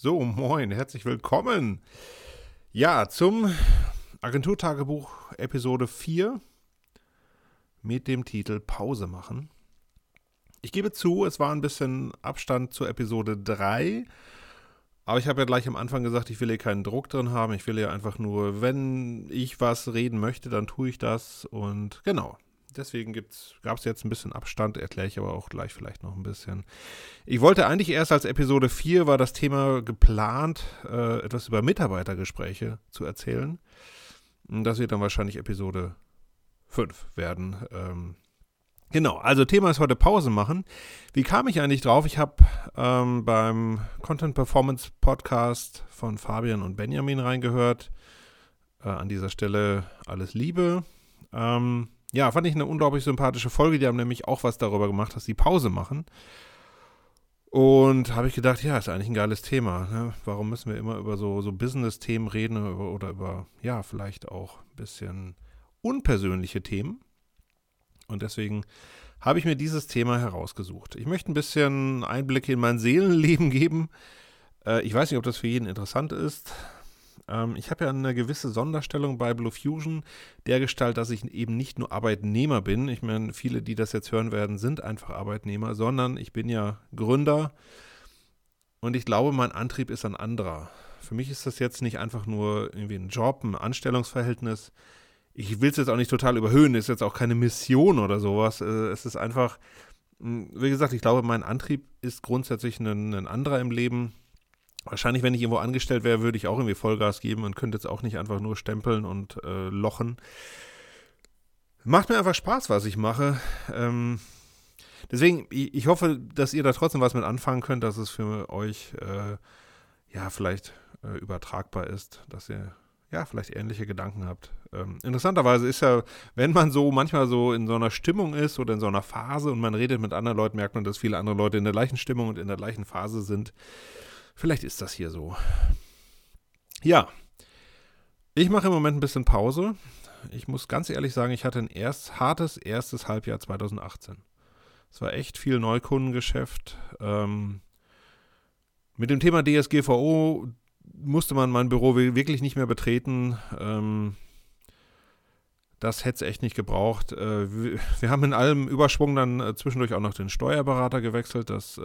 So, moin, herzlich willkommen. Ja, zum Agenturtagebuch Episode 4 mit dem Titel Pause machen. Ich gebe zu, es war ein bisschen Abstand zur Episode 3, aber ich habe ja gleich am Anfang gesagt, ich will hier keinen Druck drin haben. Ich will ja einfach nur, wenn ich was reden möchte, dann tue ich das. Und genau, deswegen gab es jetzt ein bisschen Abstand, erkläre ich aber auch gleich vielleicht noch ein bisschen. Ich wollte eigentlich erst als Episode 4, war das Thema geplant, etwas über Mitarbeitergespräche zu erzählen. Das wird dann wahrscheinlich Episode 5 werden. Genau, also Thema ist heute Pause machen. Wie kam ich eigentlich drauf? Ich habe beim Content Performance Podcast von Fabian und Benjamin reingehört. An dieser Stelle alles Liebe. Ja, fand ich eine unglaublich sympathische Folge. Die haben nämlich auch was darüber gemacht, dass sie Pause machen. Und habe ich gedacht, ja, ist eigentlich ein geiles Thema. Ne? Warum müssen wir immer über so Business-Themen reden oder über, ja, vielleicht auch ein bisschen unpersönliche Themen? Und deswegen habe ich mir dieses Thema herausgesucht. Ich möchte ein bisschen Einblicke in mein Seelenleben geben. Ich weiß nicht, ob das für jeden interessant ist. Ich habe ja eine gewisse Sonderstellung bei Blue Fusion, dergestalt, dass ich eben nicht nur Arbeitnehmer bin. Ich meine, viele, die das jetzt hören werden, sind einfach Arbeitnehmer, sondern ich bin ja Gründer und ich glaube, mein Antrieb ist ein anderer. Für mich ist das jetzt nicht einfach nur irgendwie ein Job, ein Anstellungsverhältnis. Ich will es jetzt auch nicht total überhöhen, ist jetzt auch keine Mission oder sowas. Es ist einfach, wie gesagt, ich glaube, mein Antrieb ist grundsätzlich ein anderer im Leben. Wahrscheinlich, wenn ich irgendwo angestellt wäre, würde ich auch irgendwie Vollgas geben und könnte jetzt auch nicht einfach nur stempeln und lochen. Macht mir einfach Spaß, was ich mache. Deswegen, ich hoffe, dass ihr da trotzdem was mit anfangen könnt, dass es für euch ja vielleicht übertragbar ist, dass ihr ja vielleicht ähnliche Gedanken habt. Interessanterweise ist ja, wenn man so manchmal so in so einer Stimmung ist oder in so einer Phase und man redet mit anderen Leuten, merkt man, dass viele andere Leute in der gleichen Stimmung und in der gleichen Phase sind. Vielleicht ist das hier so. Ja, ich mache im Moment ein bisschen Pause. Ich muss ganz ehrlich sagen, ich hatte ein hartes erstes Halbjahr 2018. Es war echt viel Neukundengeschäft. Mit dem Thema DSGVO musste man mein Büro wirklich nicht mehr betreten. Das hätte es echt nicht gebraucht. Wir haben in allem Überschwung dann zwischendurch auch noch den Steuerberater gewechselt. Das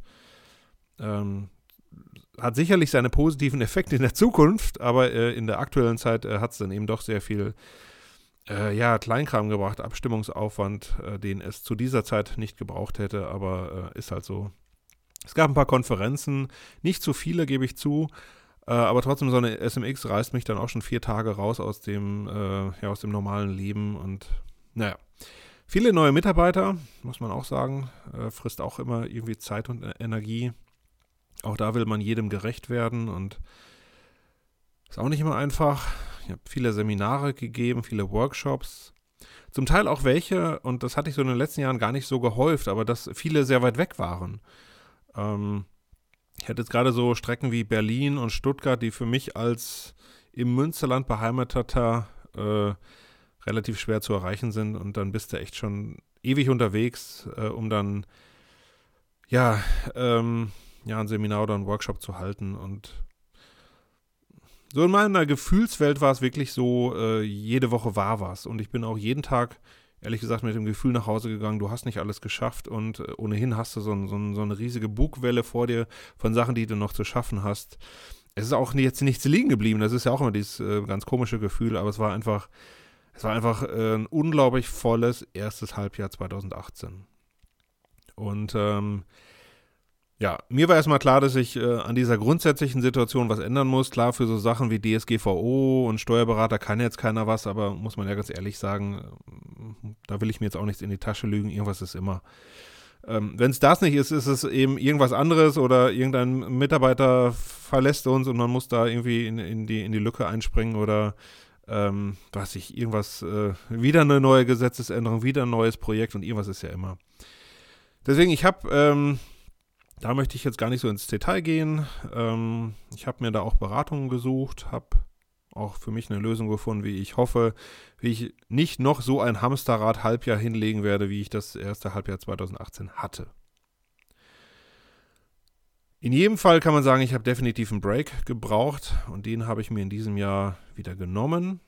hat sicherlich seine positiven Effekte in der Zukunft, aber in der aktuellen Zeit hat es dann eben doch sehr viel Kleinkram gebracht, Abstimmungsaufwand, den es zu dieser Zeit nicht gebraucht hätte, aber ist halt so. Es gab ein paar Konferenzen, nicht zu viele, gebe ich zu, aber trotzdem so eine SMX reißt mich dann auch schon 4 Tage raus aus dem normalen Leben und naja. Viele neue Mitarbeiter, muss man auch sagen, frisst auch immer irgendwie Zeit und Energie. Auch da will man jedem gerecht werden und ist auch nicht immer einfach. Ich habe viele Seminare gegeben, viele Workshops. Zum Teil auch welche, und das hatte ich so in den letzten Jahren gar nicht so gehäuft, aber dass viele sehr weit weg waren. Ich hatte jetzt gerade so Strecken wie Berlin und Stuttgart, die für mich als im Münsterland beheimateter relativ schwer zu erreichen sind. Und dann bist du echt schon ewig unterwegs, um dann ein Seminar oder einen Workshop zu halten. Und so in meiner Gefühlswelt war es wirklich so, jede Woche war was. Und ich bin auch jeden Tag, ehrlich gesagt, mit dem Gefühl nach Hause gegangen, du hast nicht alles geschafft und ohnehin hast du so eine riesige Bugwelle vor dir von Sachen, die du noch zu schaffen hast. Es ist auch jetzt nichts liegen geblieben, das ist ja auch immer dieses ganz komische Gefühl, aber es war einfach ein unglaublich volles erstes Halbjahr 2018. Und mir war erstmal klar, dass ich an dieser grundsätzlichen Situation was ändern muss. Klar, für so Sachen wie DSGVO und Steuerberater kann jetzt keiner was, aber muss man ja ganz ehrlich sagen, da will ich mir jetzt auch nichts in die Tasche lügen, irgendwas ist immer. Wenn es das nicht ist, ist es eben irgendwas anderes oder irgendein Mitarbeiter verlässt uns und man muss da irgendwie in die Lücke einspringen oder irgendwas, wieder eine neue Gesetzesänderung, wieder ein neues Projekt und irgendwas ist ja immer. Deswegen, da möchte ich jetzt gar nicht so ins Detail gehen. Ich habe mir da auch Beratungen gesucht, habe auch für mich eine Lösung gefunden, wie ich hoffe, wie ich nicht noch so ein Hamsterrad-Halbjahr hinlegen werde, wie ich das erste Halbjahr 2018 hatte. In jedem Fall kann man sagen, ich habe definitiv einen Break gebraucht und den habe ich mir in diesem Jahr wieder genommen.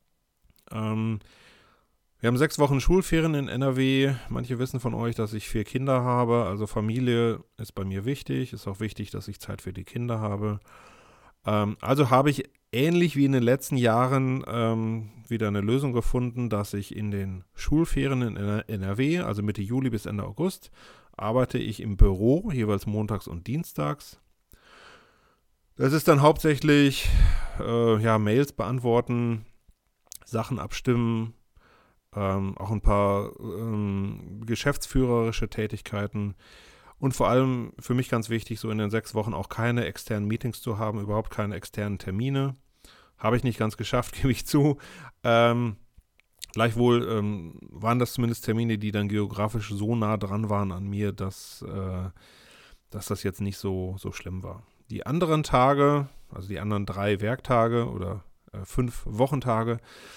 Wir haben 6 Wochen Schulferien in NRW. Manche wissen von euch, dass ich 4 Kinder habe. Also Familie ist bei mir wichtig. Ist auch wichtig, dass ich Zeit für die Kinder habe. Also habe ich ähnlich wie in den letzten Jahren wieder eine Lösung gefunden, dass ich in den Schulferien in NRW, also Mitte Juli bis Ende August, arbeite ich im Büro, jeweils montags und dienstags. Das ist dann hauptsächlich Mails beantworten, Sachen abstimmen, auch ein paar geschäftsführerische Tätigkeiten und vor allem für mich ganz wichtig, so in den 6 Wochen auch keine externen Meetings zu haben, überhaupt keine externen Termine. Habe ich nicht ganz geschafft, gebe ich zu. Gleichwohl waren das zumindest Termine, die dann geografisch so nah dran waren an mir, dass das jetzt nicht so schlimm war. Die anderen Tage, also die anderen 3 Werktage oder 5 Wochentage,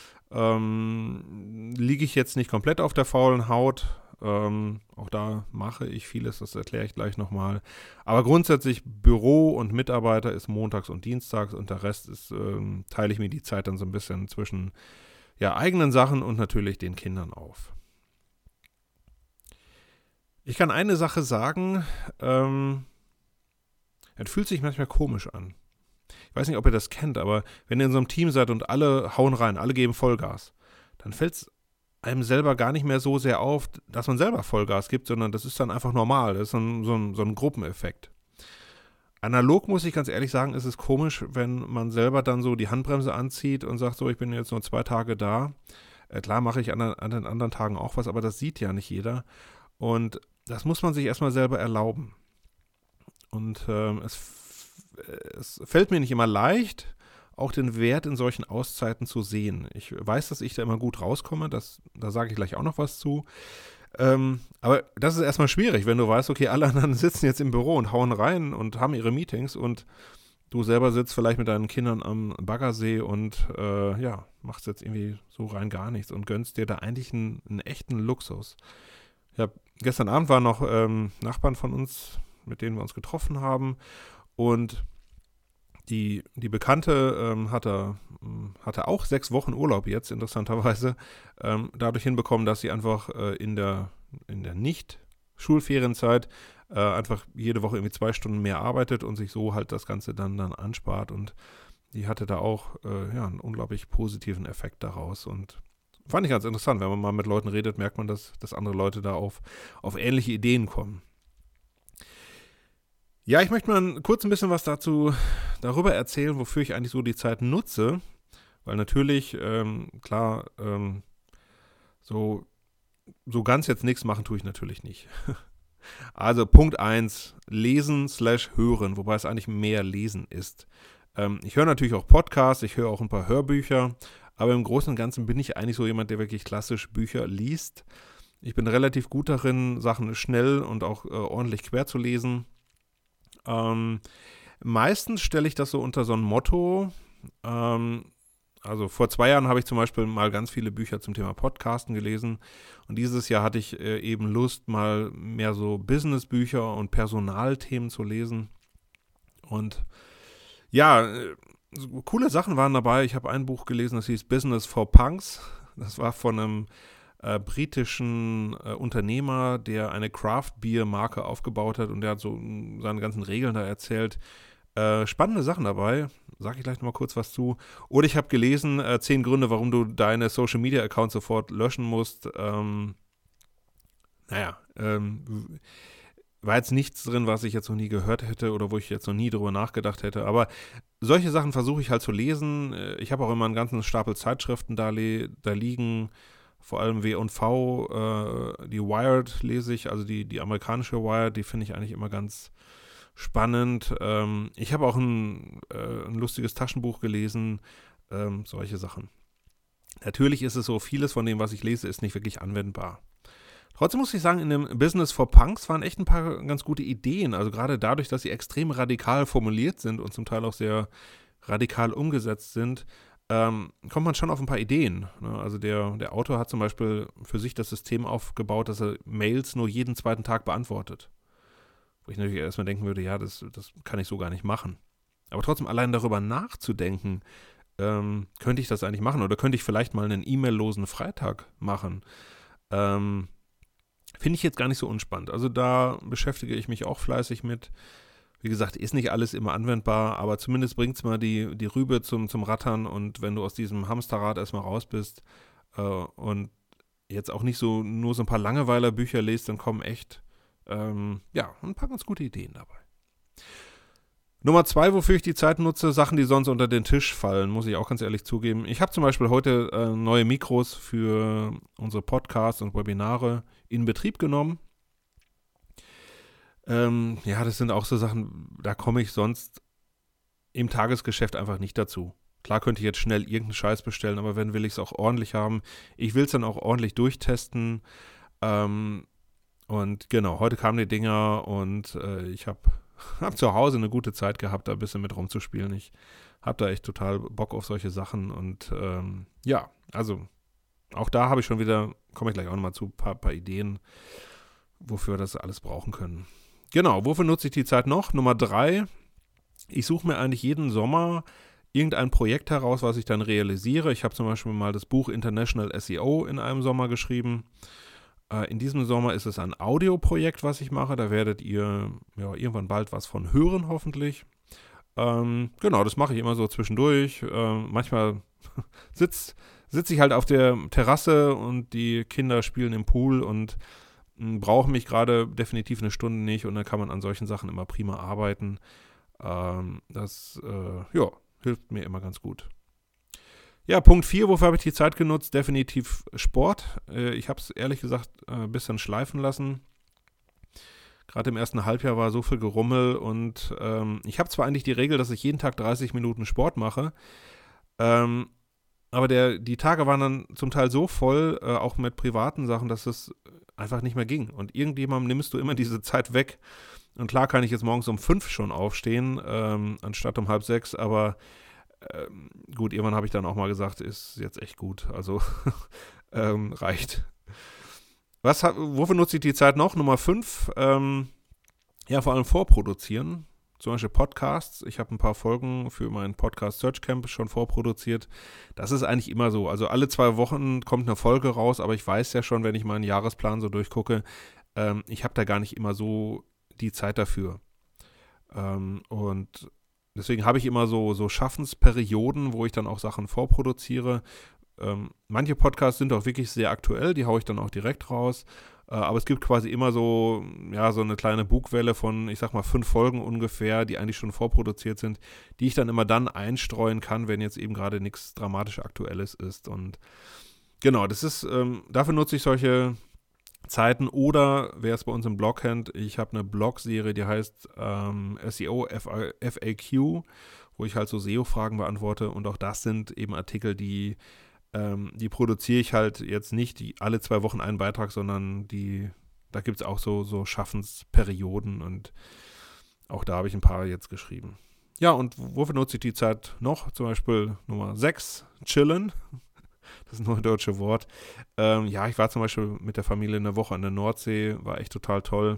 liege ich jetzt nicht komplett auf der faulen Haut. Auch da mache ich vieles, das erkläre ich gleich nochmal. Aber grundsätzlich Büro und Mitarbeiter ist montags und dienstags und der Rest ist, teile ich mir die Zeit dann so ein bisschen zwischen eigenen Sachen und natürlich den Kindern auf. Ich kann eine Sache sagen, es fühlt sich manchmal komisch an. Ich weiß nicht, ob ihr das kennt, aber wenn ihr in so einem Team seid und alle hauen rein, alle geben Vollgas, dann fällt es einem selber gar nicht mehr so sehr auf, dass man selber Vollgas gibt, sondern das ist dann einfach normal. Das ist so ein Gruppeneffekt. Analog, muss ich ganz ehrlich sagen, ist es komisch, wenn man selber dann so die Handbremse anzieht und sagt so, ich bin jetzt nur 2 Tage da. Klar mache ich an den anderen Tagen auch was, aber das sieht ja nicht jeder. Und das muss man sich erstmal selber erlauben. Und es fällt mir nicht immer leicht, auch den Wert in solchen Auszeiten zu sehen. Ich weiß, dass ich da immer gut rauskomme, da sage ich gleich auch noch was zu. Aber das ist erstmal schwierig, wenn du weißt, okay, alle anderen sitzen jetzt im Büro und hauen rein und haben ihre Meetings und du selber sitzt vielleicht mit deinen Kindern am Baggersee und machst jetzt irgendwie so rein gar nichts und gönnst dir da eigentlich einen echten Luxus. Ja, gestern Abend waren noch Nachbarn von uns, mit denen wir uns getroffen haben und die Bekannte hatte auch 6 Wochen Urlaub jetzt, interessanterweise, dadurch hinbekommen, dass sie einfach in der Nicht-Schulferienzeit einfach jede Woche irgendwie 2 Stunden mehr arbeitet und sich so halt das Ganze dann anspart. Und die hatte da auch einen unglaublich positiven Effekt daraus. Und fand ich ganz interessant, wenn man mal mit Leuten redet, merkt man, dass andere Leute da auf ähnliche Ideen kommen. Ja, ich möchte mal kurz ein bisschen was darüber erzählen, wofür ich eigentlich so die Zeit nutze. Weil natürlich, so ganz jetzt nichts machen tue ich natürlich nicht. Also Punkt 1, lesen/hören, wobei es eigentlich mehr lesen ist. Ich höre natürlich auch Podcasts, ich höre auch ein paar Hörbücher, aber im Großen und Ganzen bin ich eigentlich so jemand, der wirklich klassisch Bücher liest. Ich bin relativ gut darin, Sachen schnell und auch ordentlich quer zu lesen. Meistens stelle ich das so unter so ein Motto. Also vor 2 Jahren habe ich zum Beispiel mal ganz viele Bücher zum Thema Podcasten gelesen und dieses Jahr hatte ich eben Lust, mal mehr so Business-Bücher und Personalthemen zu lesen. Und so coole Sachen waren dabei. Ich habe ein Buch gelesen, das hieß Business for Punks. Das war von einem britischen Unternehmer, der eine Craft-Bier-Marke aufgebaut hat und der hat so seine ganzen Regeln da erzählt. Spannende Sachen dabei, sage ich gleich nochmal kurz was zu. Oder ich habe gelesen, 10 Gründe, warum du deine Social-Media-Accounts sofort löschen musst. War jetzt nichts drin, was ich jetzt noch nie gehört hätte oder wo ich jetzt noch nie drüber nachgedacht hätte. Aber solche Sachen versuche ich halt zu lesen. Ich habe auch immer einen ganzen Stapel Zeitschriften da liegen. Vor allem W&V, die Wired lese ich, also die amerikanische Wired, die finde ich eigentlich immer ganz spannend. Ich habe auch ein lustiges Taschenbuch gelesen, solche Sachen. Natürlich ist es so, vieles von dem, was ich lese, ist nicht wirklich anwendbar. Trotzdem muss ich sagen, in dem Business for Punks waren echt ein paar ganz gute Ideen. Also gerade dadurch, dass sie extrem radikal formuliert sind und zum Teil auch sehr radikal umgesetzt sind, kommt man schon auf ein paar Ideen. Ne? Also der Autor hat zum Beispiel für sich das System aufgebaut, dass er Mails nur jeden 2. Tag beantwortet. Wo ich natürlich erstmal denken würde, ja, das kann ich so gar nicht machen. Aber trotzdem allein darüber nachzudenken, könnte ich das eigentlich machen? Oder könnte ich vielleicht mal einen E-Mail-losen Freitag machen? Finde ich jetzt gar nicht so unspannend. Also da beschäftige ich mich auch fleißig mit. Wie gesagt, ist nicht alles immer anwendbar, aber zumindest bringt es mal die Rübe zum Rattern, und wenn du aus diesem Hamsterrad erstmal raus bist und jetzt auch nicht so nur so ein paar Langeweiler-Bücher liest, dann kommen echt ein paar ganz gute Ideen dabei. Nummer 2, wofür ich die Zeit nutze, Sachen, die sonst unter den Tisch fallen, muss ich auch ganz ehrlich zugeben. Ich habe zum Beispiel heute neue Mikros für unsere Podcasts und Webinare in Betrieb genommen. Das sind auch so Sachen, da komme ich sonst im Tagesgeschäft einfach nicht dazu. Klar könnte ich jetzt schnell irgendeinen Scheiß bestellen, aber wenn, will ich es auch ordentlich haben. Ich will es dann auch ordentlich durchtesten. Und genau, heute kamen die Dinger und ich habe zu Hause eine gute Zeit gehabt, da ein bisschen mit rumzuspielen. Ich habe da echt total Bock auf solche Sachen und also auch da habe ich schon wieder, komme ich gleich auch nochmal zu, ein paar Ideen, wofür wir das alles brauchen können. Genau, wofür nutze ich die Zeit noch? Nummer 3, ich suche mir eigentlich jeden Sommer irgendein Projekt heraus, was ich dann realisiere. Ich habe zum Beispiel mal das Buch International SEO in einem Sommer geschrieben. In diesem Sommer ist es ein Audioprojekt, was ich mache. Da werdet ihr irgendwann bald was von hören, hoffentlich. Genau, das mache ich immer so zwischendurch. Manchmal sitze ich halt auf der Terrasse und die Kinder spielen im Pool und brauchen mich gerade definitiv eine Stunde nicht, und dann kann man an solchen Sachen immer prima arbeiten. Das hilft mir immer ganz gut. Ja, Punkt 4, wofür habe ich die Zeit genutzt? Definitiv Sport. Ich habe es ehrlich gesagt ein bisschen schleifen lassen. Gerade im ersten Halbjahr war so viel Gerummel, und ich habe zwar eigentlich die Regel, dass ich jeden Tag 30 Minuten Sport mache, aber die Tage waren dann zum Teil so voll, auch mit privaten Sachen, dass es einfach nicht mehr ging. Und irgendjemandem nimmst du immer diese Zeit weg. Und klar kann ich jetzt morgens um 5 schon aufstehen, anstatt um 5:30, aber gut, irgendwann habe ich dann auch mal gesagt, ist jetzt echt gut, also reicht. Wofür nutze ich die Zeit noch? Nummer 5, vor allem vorproduzieren, zum Beispiel Podcasts. Ich habe ein paar Folgen für meinen Podcast Search Camp schon vorproduziert. Das ist eigentlich immer so, also alle 2 Wochen kommt eine Folge raus, aber ich weiß ja schon, wenn ich meinen Jahresplan so durchgucke, ich habe da gar nicht immer so die Zeit dafür. Und deswegen habe ich immer so Schaffensperioden, wo ich dann auch Sachen vorproduziere. Manche Podcasts sind auch wirklich sehr aktuell, die haue ich dann auch direkt raus. Aber es gibt quasi immer so eine kleine Bugwelle von, ich sag mal, 5 Folgen ungefähr, die eigentlich schon vorproduziert sind, die ich dann immer dann einstreuen kann, wenn jetzt eben gerade nichts dramatisch Aktuelles ist. Und genau, das ist, dafür nutze ich solche Zeiten, oder wer es bei uns im Blog kennt, ich habe eine Blogserie, die heißt SEO FAQ, wo ich halt so SEO-Fragen beantworte, und auch das sind eben Artikel, die produziere ich halt jetzt nicht alle 2 Wochen einen Beitrag, sondern da gibt es auch so Schaffensperioden, und auch da habe ich ein paar jetzt geschrieben. Ja, und wofür nutze ich die Zeit noch? Zum Beispiel Nummer 6, chillen. Das ist nur ein deutsches Wort. Ich war zum Beispiel mit der Familie eine Woche an der Nordsee, war echt total toll.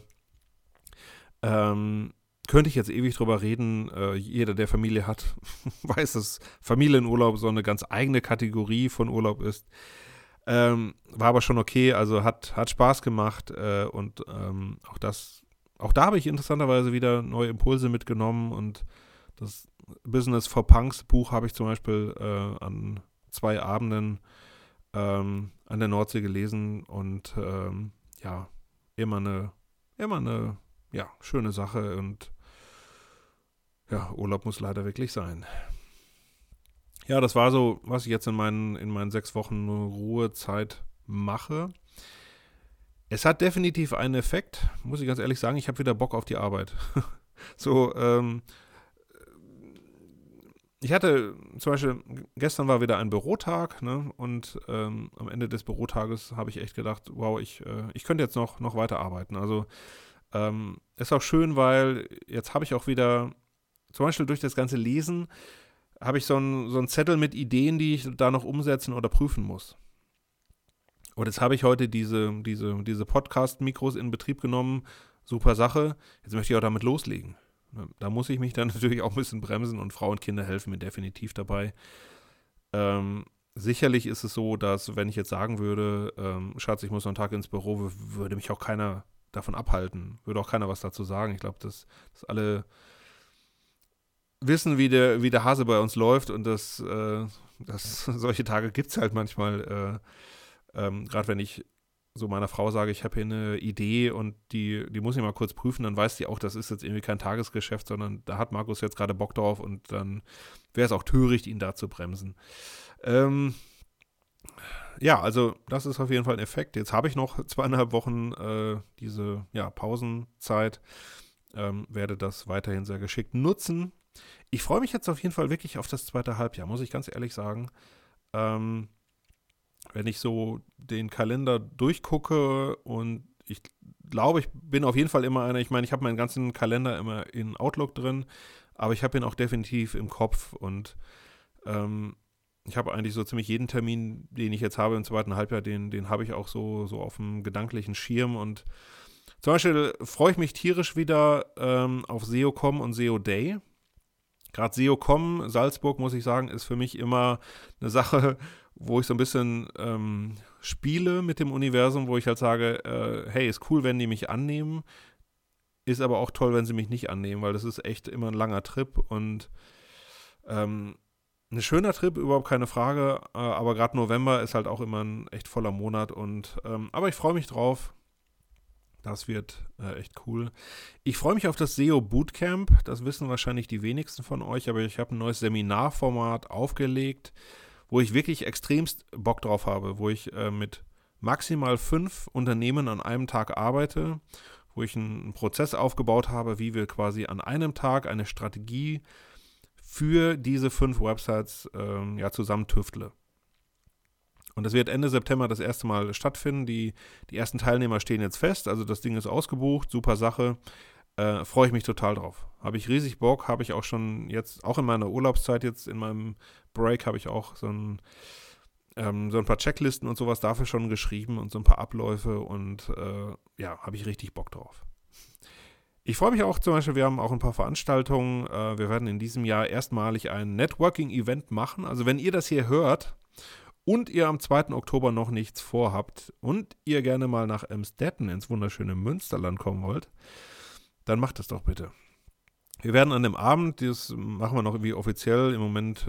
Könnte ich jetzt ewig drüber reden. Jeder, der Familie hat, weiß, dass Familienurlaub so eine ganz eigene Kategorie von Urlaub ist. War aber schon okay, also hat Spaß gemacht, und auch da habe ich interessanterweise wieder neue Impulse mitgenommen, und das Business for Punks Buch habe ich zum Beispiel an 2 Abenden an der Nordsee gelesen, und immer eine schöne Sache, und ja, Urlaub muss leider wirklich sein. Ja, das war so, was ich jetzt in meinen 6 Wochen Ruhezeit mache. Es hat definitiv einen Effekt, muss ich ganz ehrlich sagen, ich habe wieder Bock auf die Arbeit. Ich hatte zum Beispiel, gestern war wieder ein Bürotag, ne, und am Ende des Bürotages habe ich echt gedacht, wow, ich könnte jetzt noch weiter arbeiten. Also ist auch schön, weil jetzt habe ich auch wieder, zum Beispiel durch das ganze Lesen, habe ich so einen Zettel mit Ideen, die ich da noch umsetzen oder prüfen muss. Und jetzt habe ich heute diese Podcast-Mikros in Betrieb genommen, super Sache. Jetzt möchte ich auch damit loslegen. Da muss ich mich dann natürlich auch ein bisschen bremsen und Frau und Kinder helfen mir definitiv dabei. Sicherlich ist es so, dass wenn ich jetzt sagen würde, Schatz, ich muss noch einen Tag ins Büro, würde mich auch keiner davon abhalten. Würde auch keiner was dazu sagen. Ich glaube, dass alle wissen, wie der Hase bei uns läuft und dass solche Tage gibt es halt manchmal. Gerade wenn ich so meiner Frau sage, ich habe hier eine Idee und die muss ich mal kurz prüfen, dann weiß die auch, das ist jetzt irgendwie kein Tagesgeschäft, sondern da hat Markus jetzt gerade Bock drauf und dann wäre es auch töricht, ihn da zu bremsen. Ja, also das ist auf jeden Fall ein Effekt. Jetzt habe ich noch 2,5 Wochen diese Pausenzeit, werde das weiterhin sehr geschickt nutzen. Ich freue mich jetzt auf jeden Fall wirklich auf das zweite Halbjahr, muss ich ganz ehrlich sagen. Wenn ich so den Kalender durchgucke und ich glaube, ich bin auf jeden Fall immer einer, ich meine, ich habe meinen ganzen Kalender immer in Outlook drin, aber ich habe ihn auch definitiv im Kopf und ich habe eigentlich so ziemlich jeden Termin, den ich jetzt habe im zweiten Halbjahr, den habe ich auch so auf dem gedanklichen Schirm und zum Beispiel freue ich mich tierisch wieder auf SEOCom und SEO Day. Gerade SEOCom Salzburg, muss ich sagen, ist für mich immer eine Sache, wo ich so ein bisschen spiele mit dem Universum, wo ich halt sage, hey, ist cool, wenn die mich annehmen, ist aber auch toll, wenn sie mich nicht annehmen, weil das ist echt immer ein langer Trip und ein schöner Trip, überhaupt keine Frage, aber gerade November ist halt auch immer ein echt voller Monat und aber ich freue mich drauf. Das wird echt cool. Ich freue mich auf das SEO Bootcamp. Das wissen wahrscheinlich die wenigsten von euch, aber ich habe ein neues Seminarformat aufgelegt, wo ich wirklich extremst Bock drauf habe, wo ich mit maximal 5 Unternehmen an einem Tag arbeite, wo ich einen Prozess aufgebaut habe, wie wir quasi an einem Tag eine Strategie für diese 5 Websites zusammen tüftle. Und das wird Ende September das erste Mal stattfinden. Die ersten Teilnehmer stehen jetzt fest. Also das Ding ist ausgebucht. Super Sache. Freue ich mich total drauf. Habe ich riesig Bock. Habe ich auch schon jetzt, auch in meiner Urlaubszeit jetzt, in meinem Break, habe ich auch so ein paar Checklisten und sowas dafür schon geschrieben und so ein paar Abläufe. Und habe ich richtig Bock drauf. Ich freue mich auch zum Beispiel, wir haben auch ein paar Veranstaltungen. Wir werden in diesem Jahr erstmalig ein Networking-Event machen. Also wenn ihr das hier hört und ihr am 2. Oktober noch nichts vorhabt und ihr gerne mal nach Emstetten ins wunderschöne Münsterland kommen wollt, dann macht das doch bitte. Wir werden an dem Abend, das machen wir noch irgendwie offiziell, im Moment,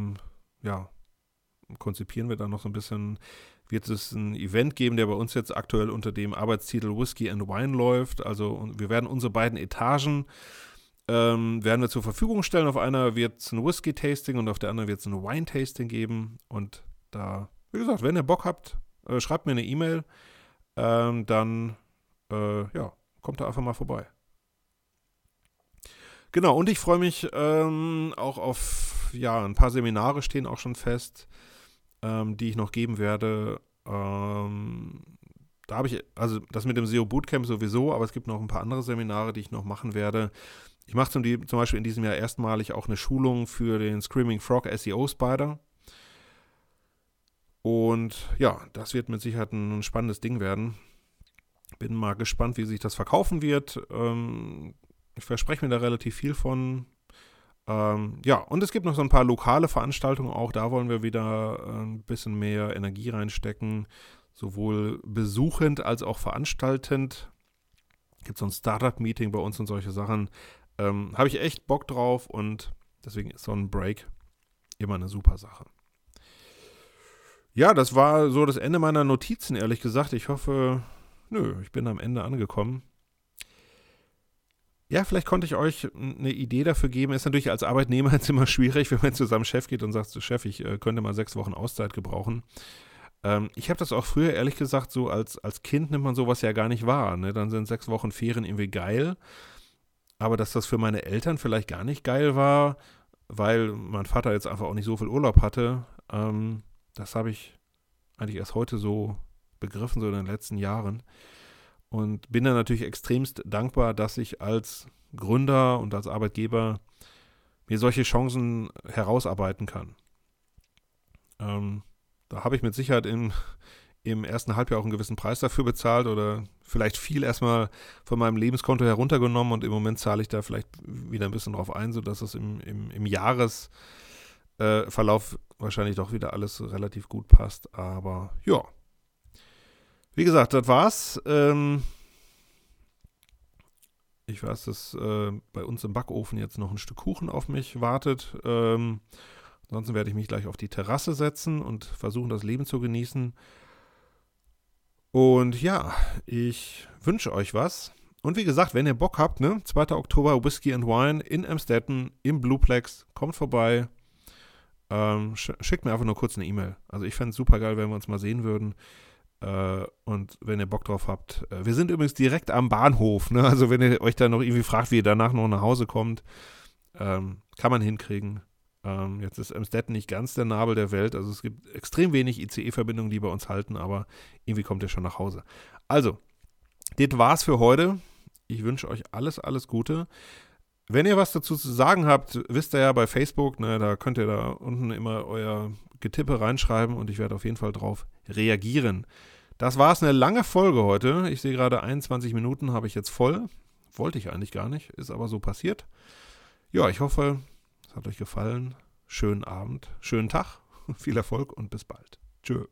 konzipieren wir da noch so ein bisschen, wird es ein Event geben, der bei uns jetzt aktuell unter dem Arbeitstitel Whiskey and Wine läuft. Also wir werden unsere beiden Etagen werden wir zur Verfügung stellen. Auf einer wird es ein Whisky-Tasting und auf der anderen wird es ein Wine-Tasting geben. Und da, wie gesagt, wenn ihr Bock habt, schreibt mir eine E-Mail, dann kommt da einfach mal vorbei. Genau, und ich freue mich auch auf, ein paar Seminare stehen auch schon fest, die ich noch geben werde. Da habe ich, also das mit dem SEO Bootcamp sowieso, aber es gibt noch ein paar andere Seminare, die ich noch machen werde. Ich mache zum Beispiel in diesem Jahr erstmalig auch eine Schulung für den Screaming Frog SEO Spider. Und ja, das wird mit Sicherheit ein spannendes Ding werden. Bin mal gespannt, wie sich das verkaufen wird. Ich verspreche mir da relativ viel von. Und es gibt noch so ein paar lokale Veranstaltungen auch. Da wollen wir wieder ein bisschen mehr Energie reinstecken. Sowohl besuchend als auch veranstaltend. Gibt so ein Startup-Meeting bei uns und solche Sachen. Habe ich echt Bock drauf und deswegen ist so ein Break immer eine super Sache. Ja, das war so das Ende meiner Notizen, ehrlich gesagt. Ich hoffe, ich bin am Ende angekommen. Ja, vielleicht konnte ich euch eine Idee dafür geben. Ist natürlich als Arbeitnehmer jetzt immer schwierig, wenn man zu seinem Chef geht und sagt, Chef, ich könnte mal 6 Wochen Auszeit gebrauchen. Ich habe das auch früher, ehrlich gesagt, so als Kind nimmt man sowas ja gar nicht wahr. Ne? Dann sind 6 Wochen Ferien irgendwie geil. Aber dass das für meine Eltern vielleicht gar nicht geil war, weil mein Vater jetzt einfach auch nicht so viel Urlaub hatte, das habe ich eigentlich erst heute so begriffen, so in den letzten Jahren. Und bin dann natürlich extremst dankbar, dass ich als Gründer und als Arbeitgeber mir solche Chancen herausarbeiten kann. Da habe ich mit Sicherheit in im ersten Halbjahr auch einen gewissen Preis dafür bezahlt oder vielleicht viel erstmal von meinem Lebenskonto heruntergenommen und im Moment zahle ich da vielleicht wieder ein bisschen drauf ein, sodass es im Jahresverlauf wahrscheinlich doch wieder alles relativ gut passt. Aber ja, wie gesagt, das war's. Ich weiß, dass bei uns im Backofen jetzt noch ein Stück Kuchen auf mich wartet. Ansonsten werde ich mich gleich auf die Terrasse setzen und versuchen, das Leben zu genießen. Und ja, ich wünsche euch was. Und wie gesagt, wenn ihr Bock habt, ne, 2. Oktober Whisky and Wine in Emstetten im Blueplex, kommt vorbei. Schickt mir einfach nur kurz eine E-Mail. Also ich fände es super geil, wenn wir uns mal sehen würden. Und wenn ihr Bock drauf habt. Wir sind übrigens direkt am Bahnhof. Ne? Also wenn ihr euch da noch irgendwie fragt, wie ihr danach noch nach Hause kommt, kann man hinkriegen. Jetzt ist Emstetten nicht ganz der Nabel der Welt. Also es gibt extrem wenig ICE-Verbindungen, die bei uns halten, aber irgendwie kommt ihr schon nach Hause. Also, das war's für heute. Ich wünsche euch alles Gute. Wenn ihr was dazu zu sagen habt, wisst ihr ja bei Facebook, ne, da könnt ihr da unten immer euer Getippe reinschreiben und ich werde auf jeden Fall drauf reagieren. Das war's, eine lange Folge heute. Ich sehe gerade 21 Minuten habe ich jetzt voll. Wollte ich eigentlich gar nicht, ist aber so passiert. Ja, ich hoffe, es hat euch gefallen. Schönen Abend, schönen Tag, viel Erfolg und bis bald. Tschö.